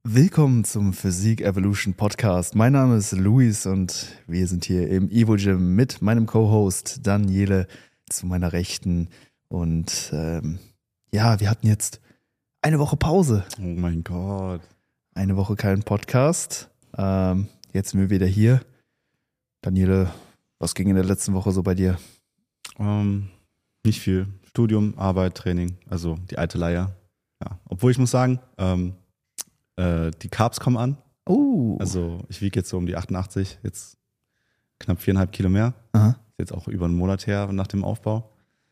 Willkommen zum Physik Evolution Podcast. Mein Name ist Luis und wir sind hier im Evo Gym mit meinem Co-Host Daniele zu meiner Rechten. Und wir hatten jetzt eine Woche Pause. Oh mein Gott. Eine Woche kein Podcast. Jetzt sind wir wieder hier. Daniele, was ging in der letzten Woche so bei dir? Nicht viel. Studium, Arbeit, Training, also die alte Leier. Ja. Obwohl ich muss sagen, die Carbs kommen an. Oh. Also ich wiege jetzt so um die 88, jetzt knapp 4,5 Kilo mehr. Aha. Ist jetzt auch über einen Monat her nach dem Aufbau.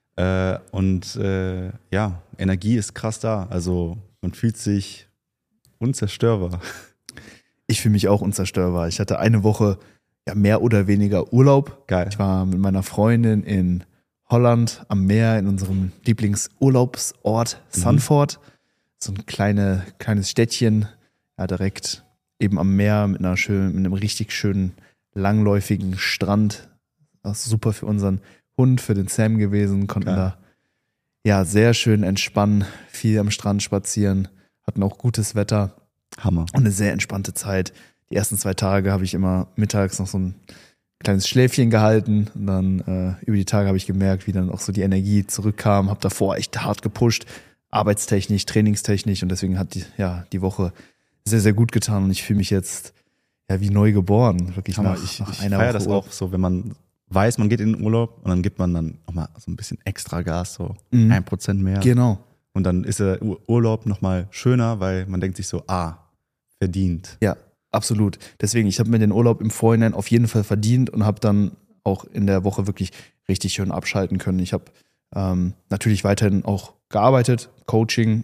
Energie ist krass da. Also man fühlt sich unzerstörbar. Ich fühle mich auch unzerstörbar. Ich hatte eine Woche mehr oder weniger Urlaub. Geil. Ich war mit meiner Freundin in Holland am Meer in unserem Lieblingsurlaubsort Sanford. So ein kleines Städtchen, direkt eben am Meer mit mit einem richtig schönen, langläufigen Strand. Das ist super für unseren Hund, für den Sam gewesen. Konnten da sehr schön entspannen, viel am Strand spazieren, hatten auch gutes Wetter. Hammer. Und eine sehr entspannte Zeit. Die ersten 2 Tage habe ich immer mittags noch so ein kleines Schläfchen gehalten. Und dann über die Tage habe ich gemerkt, wie dann auch so die Energie zurückkam. Habe davor echt hart gepusht, arbeitstechnisch, trainingstechnisch. Und deswegen hat die Woche sehr, sehr gut getan. Und ich fühle mich jetzt wie neu geboren. Wirklich Hammer. nach Ich einer feiere Woche das Urlaub. auch so, wenn man weiß, man geht in den Urlaub und dann gibt man dann nochmal so ein bisschen extra Gas, so 1% mehr. Genau. Und dann ist der Urlaub nochmal schöner, weil man denkt sich so, verdient. Ja, absolut. Deswegen, ich habe mir den Urlaub im Vorhinein auf jeden Fall verdient und habe dann auch in der Woche wirklich richtig schön abschalten können. Ich habe natürlich weiterhin auch gearbeitet, Coaching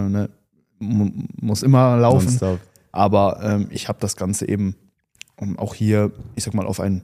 muss immer laufen, Nonstop. aber ich habe das Ganze eben auch hier, ich sag mal, auf ein,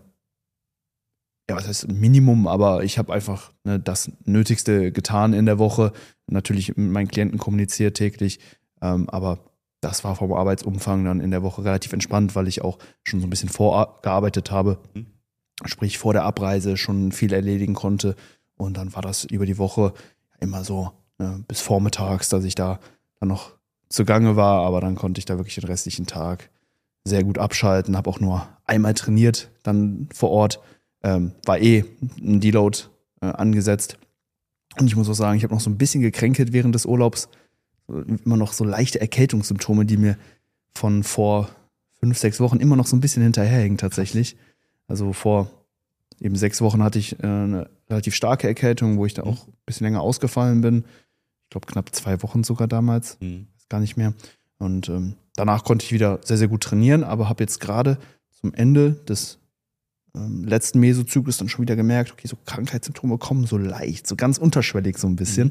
was heißt Minimum, aber ich habe einfach das Nötigste getan in der Woche. Natürlich mit meinen Klienten kommuniziert täglich, aber das war vom Arbeitsumfang dann in der Woche relativ entspannt, weil ich auch schon so ein bisschen vorgearbeitet habe. Sprich, vor der Abreise schon viel erledigen konnte. Und dann war das über die Woche immer so bis vormittags, dass ich da dann noch zugange war. Aber dann konnte ich da wirklich den restlichen Tag sehr gut abschalten. Habe auch nur einmal trainiert dann vor Ort. War ein Deload angesetzt. Und ich muss auch sagen, ich habe noch so ein bisschen gekränkelt während des Urlaubs. Immer noch so leichte Erkältungssymptome, die mir von vor 5, 6 Wochen immer noch so ein bisschen hinterherhängen tatsächlich. Also vor eben 6 Wochen hatte ich eine relativ starke Erkältung, wo ich da auch ein bisschen länger ausgefallen bin. Ich glaube knapp 2 Wochen sogar damals, ist gar nicht mehr. Und danach konnte ich wieder sehr, sehr gut trainieren, aber habe jetzt gerade zum Ende des letzten Mesozyklus dann schon wieder gemerkt, okay, so Krankheitssymptome kommen so leicht, so ganz unterschwellig so ein bisschen.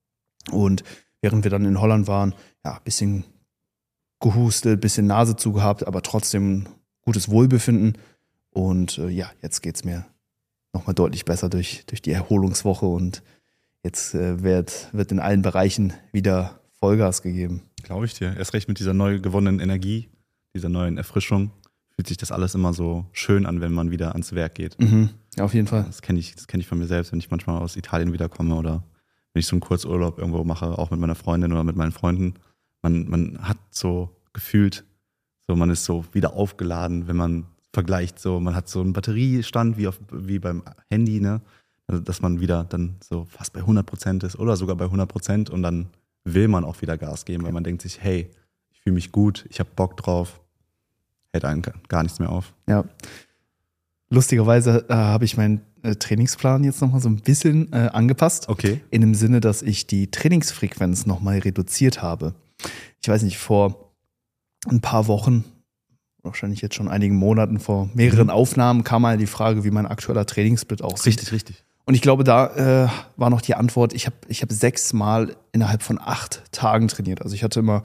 Und während wir dann in Holland waren, ein bisschen gehustet, ein bisschen Nase zugehabt, aber trotzdem gutes Wohlbefinden. Und jetzt geht es mir nochmal deutlich besser durch die Erholungswoche und jetzt wird in allen Bereichen wieder Vollgas gegeben. Glaube ich dir. Erst recht mit dieser neu gewonnenen Energie, dieser neuen Erfrischung, fühlt sich das alles immer so schön an, wenn man wieder ans Werk geht. Ja, auf jeden Fall. Das kenn ich von mir selbst, wenn ich manchmal aus Italien wiederkomme oder wenn ich so einen Kurzurlaub irgendwo mache, auch mit meiner Freundin oder mit meinen Freunden. Man hat so gefühlt, so man ist so wieder aufgeladen, wenn man vergleicht, so man hat so einen Batteriestand wie beim Handy, ne? Also, dass man wieder dann so fast bei 100% ist oder sogar bei 100% und dann will man auch wieder Gas geben, weil man denkt sich, hey, ich fühle mich gut, ich habe Bock drauf, hält einen gar nichts mehr auf. Ja. Lustigerweise habe ich meinen Trainingsplan jetzt nochmal so ein bisschen angepasst. Okay. In dem Sinne, dass ich die Trainingsfrequenz nochmal reduziert habe. Ich weiß nicht, vor ein paar Wochen, wahrscheinlich jetzt schon einigen Monaten, vor mehreren Aufnahmen kam mal die Frage, wie mein aktueller Trainingssplit aussieht. Richtig. Und ich glaube, da war noch die Antwort, ich hab 6 Mal innerhalb von 8 Tagen trainiert. Also ich hatte immer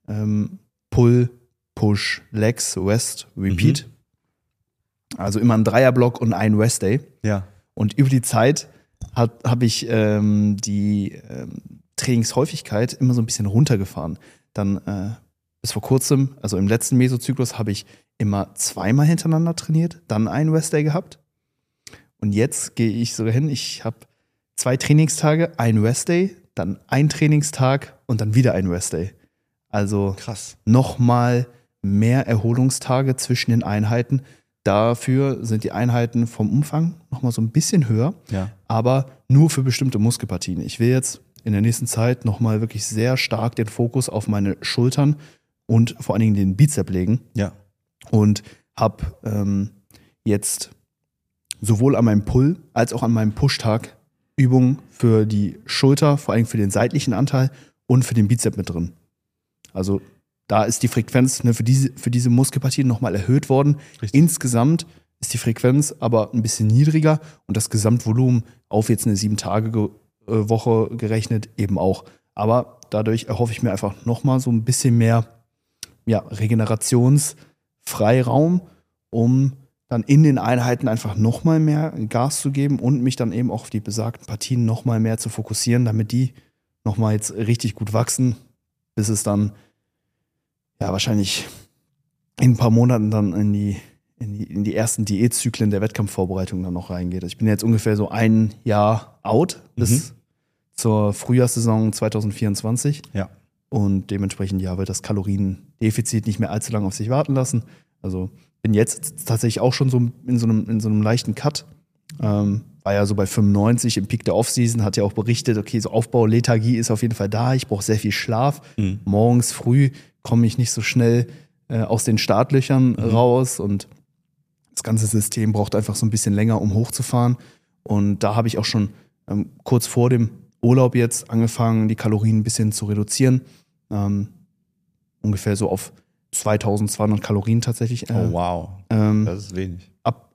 Pull, Push, Legs, Rest, Repeat. Also immer ein Dreierblock und ein Rest-Day. Ja. Und über die Zeit habe ich die Trainingshäufigkeit immer so ein bisschen runtergefahren. Dann bis vor kurzem, also im letzten Mesozyklus, habe ich immer 2-mal hintereinander trainiert, dann einen Rest-Day gehabt. Und jetzt gehe ich sogar hin, ich habe 2 Trainingstage, einen Rest-Day, dann einen Trainingstag und dann wieder einen Rest-Day. Also Krass. nochmal mehr Erholungstage zwischen den Einheiten. Dafür sind die Einheiten vom Umfang nochmal so ein bisschen höher, Ja. aber nur für bestimmte Muskelpartien. Ich will jetzt in der nächsten Zeit nochmal wirklich sehr stark den Fokus auf meine Schultern und vor allen Dingen den Bizep legen Ja. und habe jetzt sowohl an meinem Pull- als auch an meinem Push-Tag Übungen für die Schulter, vor allem für den seitlichen Anteil und für den Bizep mit drin. Also da ist die Frequenz für diese Muskelpartien nochmal erhöht worden. Richtig. Insgesamt ist die Frequenz aber ein bisschen niedriger und das Gesamtvolumen auf jetzt eine 7-Tage-Woche gerechnet eben auch. Aber dadurch erhoffe ich mir einfach nochmal so ein bisschen mehr Regenerationsfreiraum, um dann in den Einheiten einfach nochmal mehr Gas zu geben und mich dann eben auch auf die besagten Partien nochmal mehr zu fokussieren, damit die nochmal jetzt richtig gut wachsen, bis es dann wahrscheinlich in ein paar Monaten dann in die ersten Diätzyklen der Wettkampfvorbereitung dann noch reingeht. Also ich bin jetzt ungefähr so ein Jahr out bis zur Frühjahrssaison 2024. Ja. Und dementsprechend wird das Kaloriendefizit nicht mehr allzu lange auf sich warten lassen. Also bin jetzt tatsächlich auch schon so in so einem leichten Cut. War ja so bei 95 im Peak der Offseason, hat ja auch berichtet, okay, so Aufbau, Lethargie ist auf jeden Fall da. Ich brauche sehr viel Schlaf. Morgens früh komme ich nicht so schnell aus den Startlöchern raus und das ganze System braucht einfach so ein bisschen länger, um hochzufahren. Und da habe ich auch schon kurz vor dem Urlaub jetzt angefangen, die Kalorien ein bisschen zu reduzieren. Ungefähr so auf 2200 Kalorien tatsächlich Oh, wow. Das ist wenig.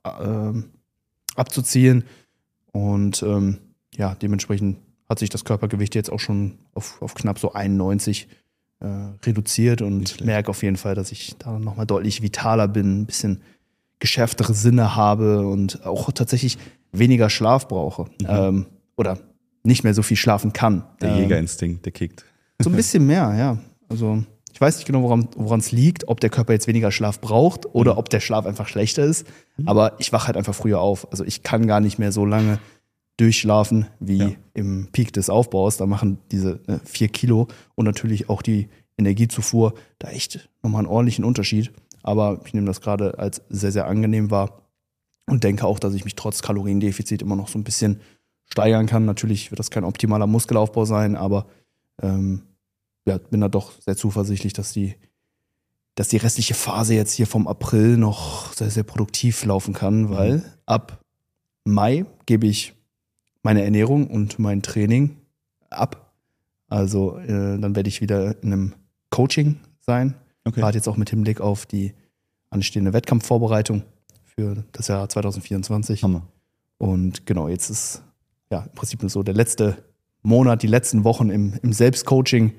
abzuziehen. Und dementsprechend hat sich das Körpergewicht jetzt auch schon auf knapp so 91 reduziert und merke auf jeden Fall, dass ich da nochmal deutlich vitaler bin, ein bisschen geschärftere Sinne habe und auch tatsächlich weniger Schlaf brauche. Oder nicht mehr so viel schlafen kann. Der Jägerinstinkt, der kickt. So ein bisschen mehr, ja. Also ich weiß nicht genau, woran es liegt, ob der Körper jetzt weniger Schlaf braucht oder ob der Schlaf einfach schlechter ist. Aber ich wache halt einfach früher auf. Also ich kann gar nicht mehr so lange durchschlafen wie im Peak des Aufbaus. Da machen diese 4 Kilo und natürlich auch die Energiezufuhr da echt nochmal einen ordentlichen Unterschied. Aber ich nehme das gerade als sehr, sehr angenehm wahr und denke auch, dass ich mich trotz Kaloriendefizit immer noch so ein bisschen steigern kann. Natürlich wird das kein optimaler Muskelaufbau sein, aber bin da doch sehr zuversichtlich, dass die restliche Phase jetzt hier vom April noch sehr, sehr produktiv laufen kann, weil ab Mai gebe ich meine Ernährung und mein Training ab. Also dann werde ich wieder in einem Coaching sein. Okay. Gerade jetzt auch mit Hinblick auf die anstehende Wettkampfvorbereitung für das Jahr 2024. Hammer. Und genau, jetzt ist im Prinzip so der letzte Monat, die letzten Wochen im Selbstcoaching.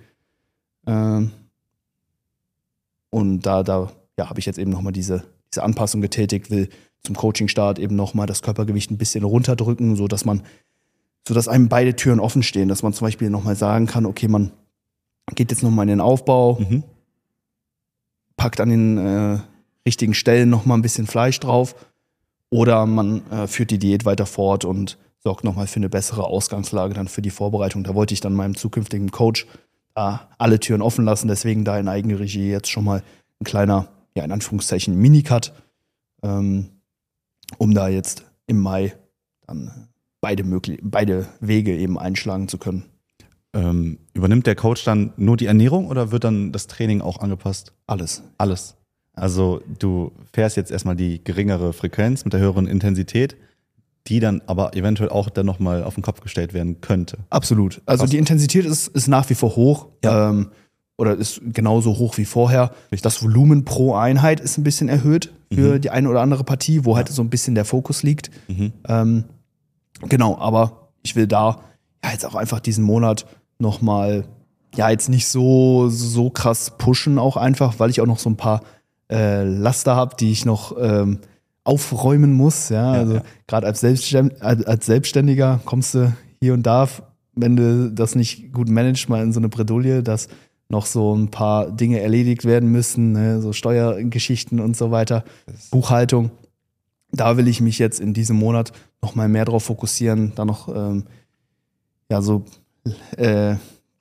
Und da habe ich jetzt eben nochmal diese Anpassung getätigt, will zum Coachingstart eben nochmal das Körpergewicht ein bisschen runterdrücken, sodass einem beide Türen offen stehen, dass man zum Beispiel nochmal sagen kann, okay, man geht jetzt nochmal in den Aufbau, packt an den richtigen Stellen nochmal ein bisschen Fleisch drauf oder man führt die Diät weiter fort und sorgt nochmal für eine bessere Ausgangslage dann für die Vorbereitung. Da wollte ich dann meinem zukünftigen Coach alle Türen offen lassen, deswegen da in Eigenregie jetzt schon mal ein kleiner, in Anführungszeichen, Minicut, um da jetzt im Mai dann beide Wege eben einschlagen zu können. Übernimmt der Coach dann nur die Ernährung oder wird dann das Training auch angepasst? Alles. Also du fährst jetzt erstmal die geringere Frequenz mit der höheren Intensität, die dann aber eventuell auch dann nochmal auf den Kopf gestellt werden könnte. Absolut. Also Krass. die Intensität ist nach wie vor hoch oder ist genauso hoch wie vorher. Richtig. Das Volumen pro Einheit ist ein bisschen erhöht für die eine oder andere Partie, wo halt so ein bisschen der Fokus liegt. Genau, aber ich will da jetzt auch einfach diesen Monat nochmal jetzt nicht so krass pushen auch einfach, weil ich auch noch so ein paar Laster habe, die ich noch aufräumen muss. Also gerade als Selbstständiger kommst du hier und da, wenn du das nicht gut managst, mal in so eine Bredouille, dass noch so ein paar Dinge erledigt werden müssen, ne? So Steuergeschichten und so weiter, Buchhaltung. Da will ich mich jetzt in diesem Monat noch mal mehr drauf fokussieren, da noch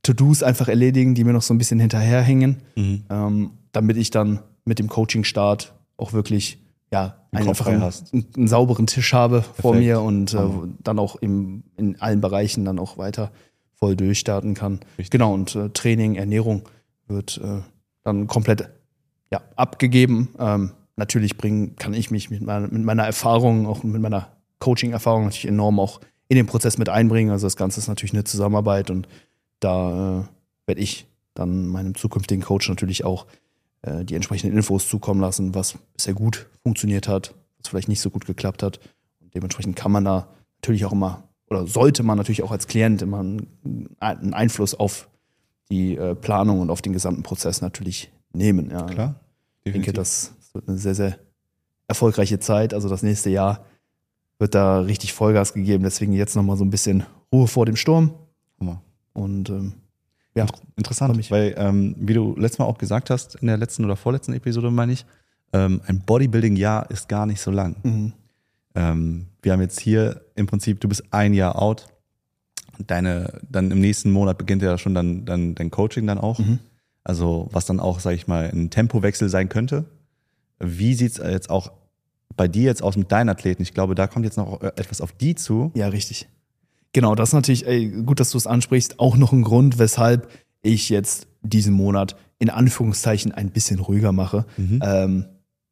To-Dos einfach erledigen, die mir noch so ein bisschen hinterherhängen, Mhm. damit ich dann mit dem Coaching-Start auch wirklich Kopf frei hast. einen sauberen Tisch habe vor Perfekt. mir und Hammer. dann auch in allen Bereichen dann auch weiter voll durchstarten kann. Richtig. Genau, und Training, Ernährung wird dann komplett abgegeben. Natürlich kann ich mich mit meiner Erfahrung, auch mit meiner Coaching-Erfahrung natürlich enorm auch in den Prozess mit einbringen. Also das Ganze ist natürlich eine Zusammenarbeit und da werde ich dann meinem zukünftigen Coach natürlich auch die entsprechenden Infos zukommen lassen, was sehr gut funktioniert hat, was vielleicht nicht so gut geklappt hat. Und dementsprechend kann man da natürlich auch immer, oder sollte man natürlich auch als Klient immer einen Einfluss auf die Planung und auf den gesamten Prozess natürlich nehmen. Ja. Klar. Ich denke, das wird eine sehr, sehr erfolgreiche Zeit. Also das nächste Jahr wird da richtig Vollgas gegeben. Deswegen jetzt nochmal so ein bisschen Ruhe vor dem Sturm. Hammer. Und Interessant, mich. weil wie du letztes Mal auch gesagt hast, in der letzten oder vorletzten Episode meine ich, ein Bodybuilding-Jahr ist gar nicht so lang. Mhm. Wir haben jetzt hier im Prinzip, du bist ein Jahr out. Dann im nächsten Monat beginnt ja schon dann dein Coaching dann auch. Mhm. Also was dann auch, sag ich mal, ein Tempowechsel sein könnte. Wie sieht es jetzt auch bei dir jetzt aus mit deinen Athleten? Ich glaube, da kommt jetzt noch etwas auf die zu. Ja, richtig. Genau, das ist natürlich, gut, dass du es ansprichst, auch noch ein Grund, weshalb ich jetzt diesen Monat in Anführungszeichen ein bisschen ruhiger mache. Mhm.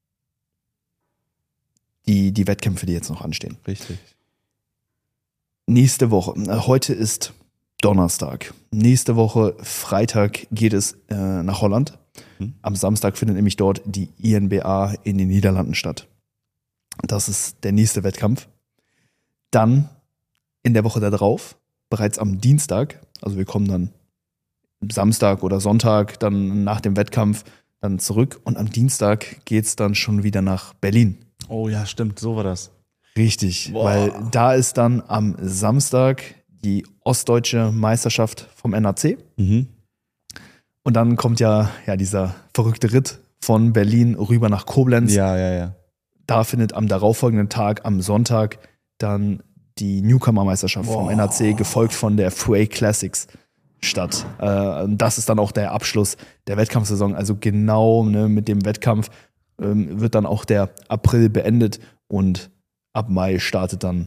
Die Wettkämpfe, die jetzt noch anstehen. Richtig. Nächste Woche, heute ist Donnerstag. Nächste Woche, Freitag, geht es nach Holland. Mhm. Am Samstag findet nämlich dort die INBA in den Niederlanden statt. Das ist der nächste Wettkampf. Dann in der Woche darauf, bereits am Dienstag, also wir kommen dann Samstag oder Sonntag dann nach dem Wettkampf dann zurück und am Dienstag geht es dann schon wieder nach Berlin. Oh ja, stimmt, so war das. Richtig, Boah. weil da ist dann am Samstag die ostdeutsche Meisterschaft vom NAC Mhm. und dann kommt ja dieser verrückte Ritt von Berlin rüber nach Koblenz. Ja. Da findet am darauffolgenden Tag, am Sonntag, dann die Newcomer-Meisterschaft vom Boah. NAC, gefolgt von der Fray Classics statt. Das ist dann auch der Abschluss der Wettkampfsaison. Also genau mit dem Wettkampf wird dann auch der April beendet und ab Mai startet dann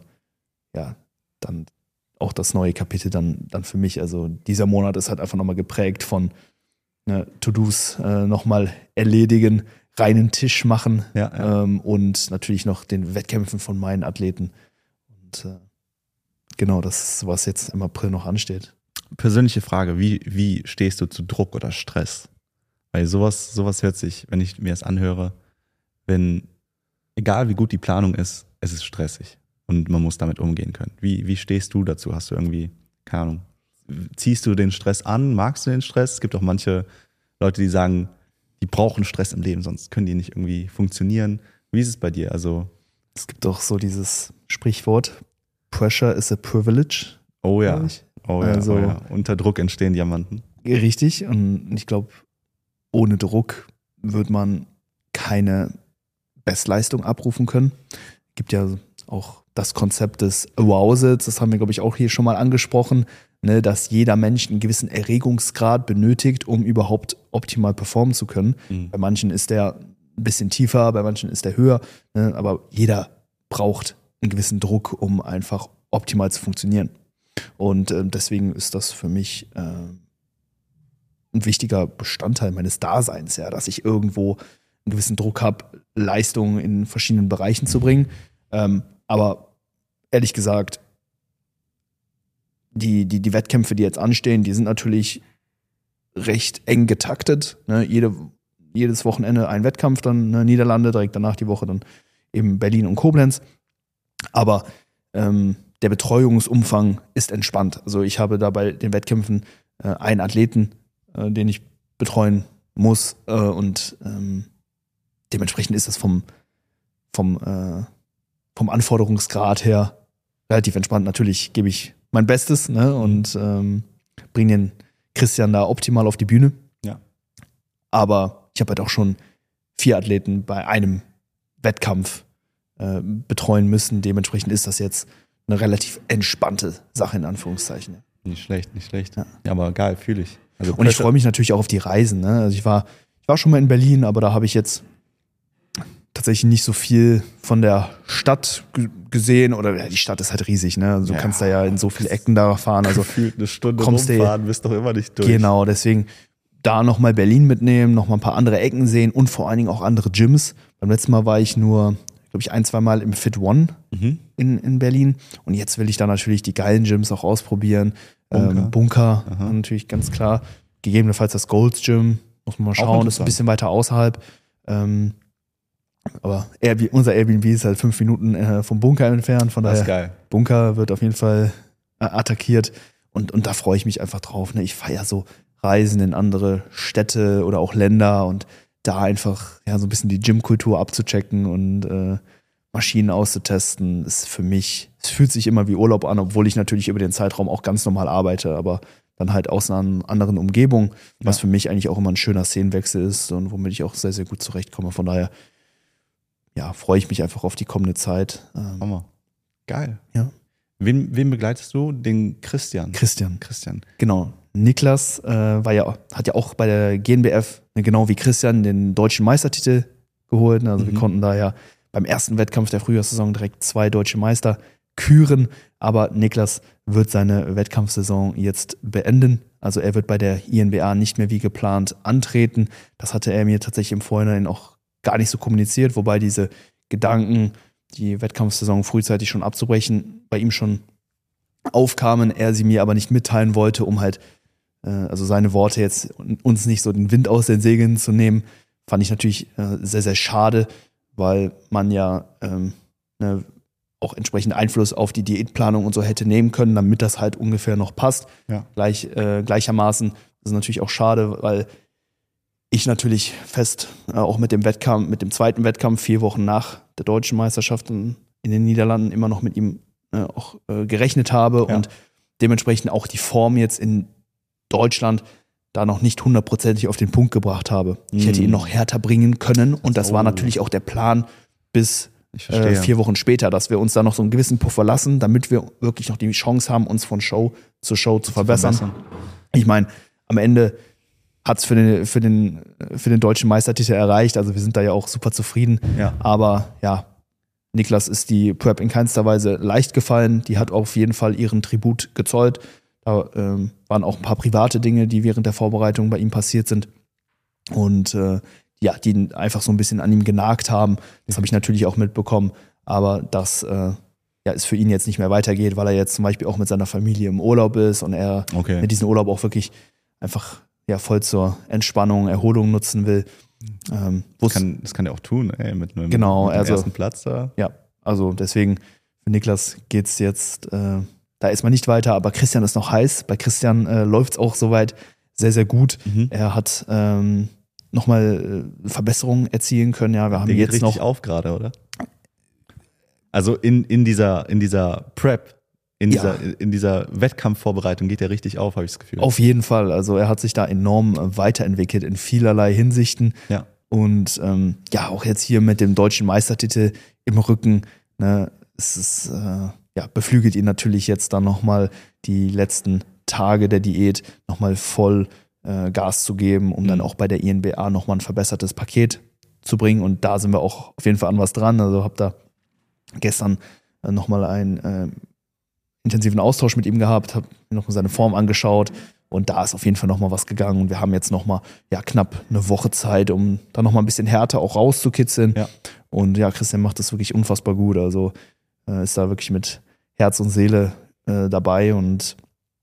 auch das neue Kapitel dann für mich. Also dieser Monat ist halt einfach nochmal geprägt von To-Dos nochmal erledigen, reinen Tisch machen und natürlich noch den Wettkämpfen von meinen Athleten. Und genau, das ist, was jetzt im April noch ansteht. Persönliche Frage, wie stehst du zu Druck oder Stress? Weil sowas hört sich, wenn ich mir das anhöre, egal wie gut die Planung ist, es ist stressig und man muss damit umgehen können. Wie stehst du dazu? Hast du irgendwie, keine Ahnung, ziehst du den Stress an? Magst du den Stress? Es gibt auch manche Leute, die sagen, die brauchen Stress im Leben, sonst können die nicht irgendwie funktionieren. Wie ist es bei dir? Also es gibt doch so dieses Sprichwort, Pressure is a privilege. Oh ja. Also, Unter Druck entstehen Diamanten. Richtig. Und ich glaube, ohne Druck wird man keine Bestleistung abrufen können. Es gibt ja auch das Konzept des Arousals, das haben wir, glaube ich, auch hier schon mal angesprochen, dass jeder Mensch einen gewissen Erregungsgrad benötigt, um überhaupt optimal performen zu können. Mhm. Bei manchen ist der ein bisschen tiefer, bei manchen ist der höher, aber jeder braucht einen gewissen Druck, um einfach optimal zu funktionieren. Und deswegen ist das für mich ein wichtiger Bestandteil meines Daseins, ja, dass ich irgendwo einen gewissen Druck habe, Leistungen in verschiedenen Bereichen zu bringen. Aber ehrlich gesagt, die Wettkämpfe, die jetzt anstehen, die sind natürlich recht eng getaktet. Ne? Jedes Wochenende ein Wettkampf, dann Niederlande, direkt danach die Woche dann eben Berlin und Koblenz. Aber der Betreuungsumfang ist entspannt. Also ich habe da bei den Wettkämpfen einen Athleten, den ich betreuen muss und dementsprechend ist das vom Anforderungsgrad her relativ entspannt. Natürlich gebe ich mein Bestes und bringe den Christian da optimal auf die Bühne. Ja. Aber ich habe halt auch schon 4 Athleten bei einem Wettkampf betreuen müssen. Dementsprechend ist das jetzt eine relativ entspannte Sache in Anführungszeichen. Nicht schlecht, nicht schlecht. Ja, aber geil, fühle ich. Also Und ich freue mich natürlich auch auf die Reisen. Ne? Also ich war schon mal in Berlin, aber da habe ich jetzt tatsächlich nicht so viel von der Stadt gesehen. Oder ja, die Stadt ist halt riesig. Ne? Also du kannst da ja in so viele Ecken da fahren. Also gefühlt eine Stunde kommst rumfahren, bist doch immer nicht durch. Genau, deswegen da nochmal Berlin mitnehmen, nochmal ein paar andere Ecken sehen und vor allen Dingen auch andere Gyms. Beim letzten Mal war ich nur, glaube ich, 1-2 Mal im Fit One in Berlin. Und jetzt will ich da natürlich die geilen Gyms auch ausprobieren. Bunker natürlich ganz klar. Gegebenenfalls das Gold's Gym, muss man mal schauen, ist ein bisschen weiter außerhalb. Aber unser Airbnb ist halt 5 Minuten vom Bunker entfernt. Von daher, ist geil. Bunker wird auf jeden Fall attackiert. Und da freue ich mich einfach drauf. Ne? Ich feiere so Reisen in andere Städte oder auch Länder und da einfach ja so ein bisschen die Gymkultur abzuchecken und Maschinen auszutesten, ist für mich, es fühlt sich immer wie Urlaub an, obwohl ich natürlich über den Zeitraum auch ganz normal arbeite, aber dann halt aus einer anderen Umgebung, was für mich eigentlich auch immer ein schöner Szenenwechsel ist und womit ich auch sehr, sehr gut zurechtkomme. Von daher, ja, freue ich mich einfach auf die kommende Zeit. Hammer. Geil. Ja. Wen begleitest du? Den Christian. Christian. Genau. Niklas hat ja auch bei der GNBF, genau wie Christian, den deutschen Meistertitel geholt. Also wir konnten da ja beim ersten Wettkampf der Frühjahrssaison direkt 2 deutsche Meister küren. Aber Niklas wird seine Wettkampfsaison jetzt beenden. Also er wird bei der INBA nicht mehr wie geplant antreten. Das hatte er mir tatsächlich im Vorhinein auch gar nicht so kommuniziert, wobei diese Gedanken, die Wettkampfsaison frühzeitig schon abzubrechen, bei ihm schon aufkamen, er sie mir aber nicht mitteilen wollte, um halt, also seine Worte jetzt uns nicht so den Wind aus den Segeln zu nehmen, fand ich natürlich sehr, sehr schade, weil man ja auch entsprechend Einfluss auf die Diätplanung und so hätte nehmen können, damit das halt ungefähr noch passt. Ja. Gleichermaßen ist es natürlich auch schade, weil ich natürlich fest auch mit dem zweiten Wettkampf 4 Wochen nach der deutschen Meisterschaft in den Niederlanden immer noch mit ihm auch gerechnet habe und dementsprechend auch die Form jetzt in Deutschland da noch nicht 100%ig auf den Punkt gebracht habe. Ich hätte ihn noch härter bringen können und das war natürlich auch der Plan bis 4 Wochen später, dass wir uns da noch so einen gewissen Puffer lassen, damit wir wirklich noch die Chance haben, uns von Show zu Show zu verbessern. Ich meine, am Ende hat es für den deutschen Meistertitel erreicht, also wir sind da ja auch super zufrieden, aber ja, Niklas ist die Prep in keinster Weise leicht gefallen, die hat auf jeden Fall ihren Tribut gezollt. Da waren auch ein paar private Dinge, die während der Vorbereitung bei ihm passiert sind und die einfach so ein bisschen an ihm genagt haben. Das habe ich natürlich auch mitbekommen, aber das es für ihn jetzt nicht mehr weitergeht, weil er jetzt zum Beispiel auch mit seiner Familie im Urlaub ist und er mit diesem Urlaub auch wirklich einfach voll zur Entspannung, Erholung nutzen will. Das kann er auch tun, mit einem ersten Platz da. Ja, also deswegen für Niklas geht's jetzt da ist man nicht weiter, aber Christian ist noch heiß. Bei Christian läuft es auch soweit sehr, sehr gut. Er hat nochmal Verbesserungen erzielen können. Ja, wir haben Der geht jetzt richtig noch auf gerade, oder? Also in dieser Prep, in dieser Wettkampfvorbereitung geht er richtig auf, habe ich das Gefühl. Auf jeden Fall. Also er hat sich da enorm weiterentwickelt in vielerlei Hinsichten. Ja. Und auch jetzt hier mit dem deutschen Meistertitel im Rücken, ne, es ist beflügelt ihn natürlich jetzt dann nochmal die letzten Tage der Diät nochmal voll Gas zu geben, um dann auch bei der INBA nochmal ein verbessertes Paket zu bringen. Und da sind wir auch auf jeden Fall an was dran. Also habe da gestern nochmal einen intensiven Austausch mit ihm gehabt, habe mir nochmal seine Form angeschaut und da ist auf jeden Fall nochmal was gegangen. Und wir haben jetzt nochmal knapp eine Woche Zeit, um da nochmal ein bisschen härter auch rauszukitzeln. Ja. Und Christian macht das wirklich unfassbar gut. Also ist da wirklich mit Herz und Seele dabei und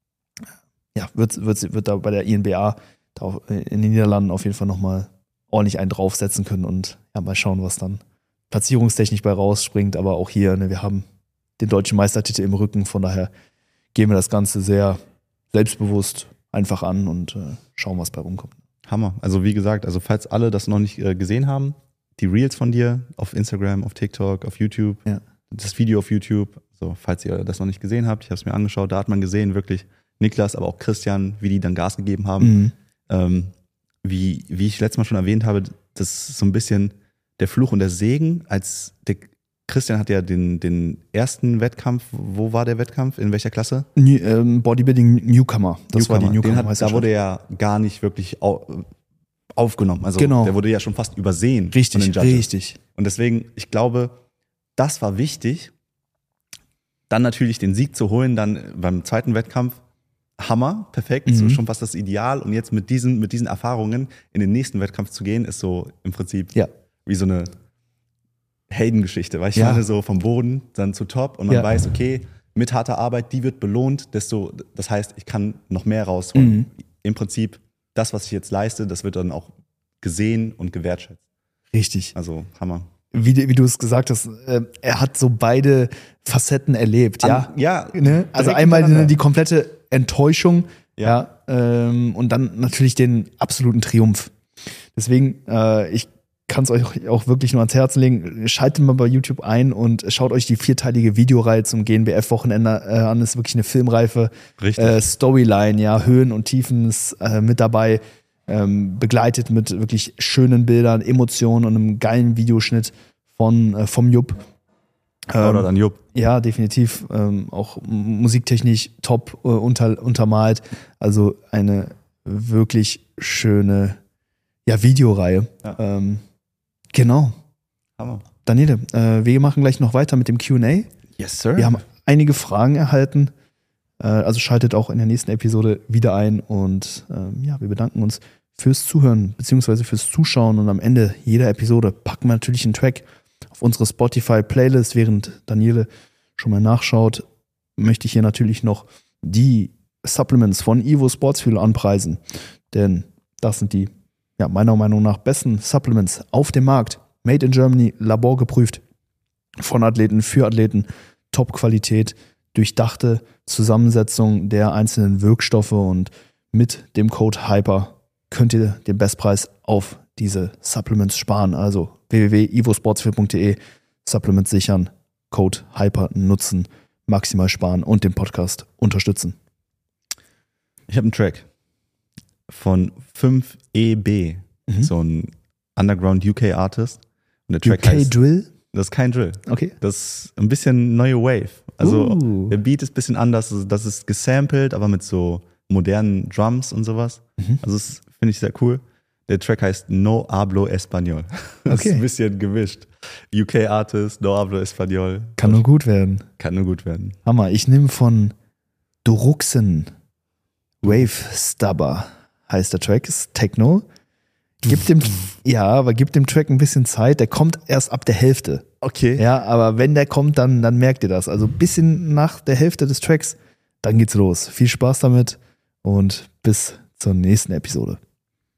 wird da bei der INBA da in den Niederlanden auf jeden Fall nochmal ordentlich einen draufsetzen können und mal schauen, was dann platzierungstechnisch bei rausspringt. Aber auch hier, wir haben den deutschen Meistertitel im Rücken, von daher gehen wir das Ganze sehr selbstbewusst einfach an und schauen, was bei rumkommt. Hammer. Also wie gesagt, falls alle das noch nicht gesehen haben, die Reels von dir auf Instagram, auf TikTok, auf YouTube, das Video auf YouTube, so falls ihr das noch nicht gesehen habt, ich habe es mir angeschaut, da hat man gesehen, wirklich Niklas, aber auch Christian, wie die dann Gas gegeben haben. Wie ich letztes Mal schon erwähnt habe, das ist so ein bisschen der Fluch und der Segen, als der Christian hat ja den ersten Wettkampf, wo war der Wettkampf? In welcher Klasse? Bodybuilding Newcomer. Das war die Da wurde ja gar nicht wirklich aufgenommen. Also der wurde ja schon fast übersehen. Richtig, von den Judges. richtig. Und deswegen, ich glaube, das war wichtig. Dann natürlich den Sieg zu holen, dann beim zweiten Wettkampf. Hammer, perfekt, so schon fast das Ideal. Und jetzt mit diesen Erfahrungen in den nächsten Wettkampf zu gehen, ist so im Prinzip wie so eine Heldengeschichte, weil ich meine, so vom Boden dann zu Top und man weiß, okay, mit harter Arbeit, die wird belohnt, das heißt, ich kann noch mehr rausholen. Im Prinzip, das, was ich jetzt leiste, das wird dann auch gesehen und gewertschätzt. Richtig. Also, Hammer. Wie du es gesagt hast, er hat so beide Facetten erlebt, ne? Also einmal die komplette Enttäuschung, und dann natürlich den absoluten Triumph. Deswegen, ich kann es euch auch wirklich nur ans Herzen legen. Schaltet mal bei YouTube ein und schaut euch die 4-teilige Videoreihe zum GNBF-Wochenende an. Das ist wirklich eine filmreife Storyline, Höhen und Tiefen ist mit dabei. Begleitet mit wirklich schönen Bildern, Emotionen und einem geilen Videoschnitt vom Jupp. Oder dann Jupp. Ja, definitiv. Auch musiktechnisch top untermalt. Also eine wirklich schöne Videoreihe. Ja. Genau. Hammer. Daniele, wir machen gleich noch weiter mit dem Q&A. Yes, sir. Wir haben einige Fragen erhalten. Also schaltet auch in der nächsten Episode wieder ein. Und wir bedanken uns fürs Zuhören bzw. fürs Zuschauen. Und am Ende jeder Episode packen wir natürlich einen Track auf unsere Spotify-Playlist. Während Daniele schon mal nachschaut, möchte ich hier natürlich noch die Supplements von Evo Sports Fuel anpreisen. Denn das sind die meiner Meinung nach besten Supplements auf dem Markt. Made in Germany, laborgeprüft, von Athleten, für Athleten, Top-Qualität, durchdachte Zusammensetzung der einzelnen Wirkstoffe und mit dem Code HYPER könnt ihr den Bestpreis auf diese Supplements sparen. Also www.evosportsfuel.de, Supplements sichern, Code HYPER nutzen, maximal sparen und den Podcast unterstützen. Ich habe einen Track von 5EB, so ein Underground UK Artist. Und der Track heißt Drill? Das ist kein Drill. Okay. Das ist ein bisschen neue Wave. Also der Beat ist ein bisschen anders. Also das ist gesampelt, aber mit so modernen Drums und sowas. Also das finde ich sehr cool. Der Track heißt No Hablo Español. Das ist ein bisschen gemischt. UK Artist, No Hablo Español. Kann nur gut werden. Kann nur gut werden. Hammer. Ich nehme von Duruxen Wave Stubber heißt der Track, ist Techno. Gib dem Track ein bisschen Zeit, der kommt erst ab der Hälfte. Okay. Ja, aber wenn der kommt, dann merkt ihr das. Also ein bisschen nach der Hälfte des Tracks, dann geht's los. Viel Spaß damit und bis zur nächsten Episode.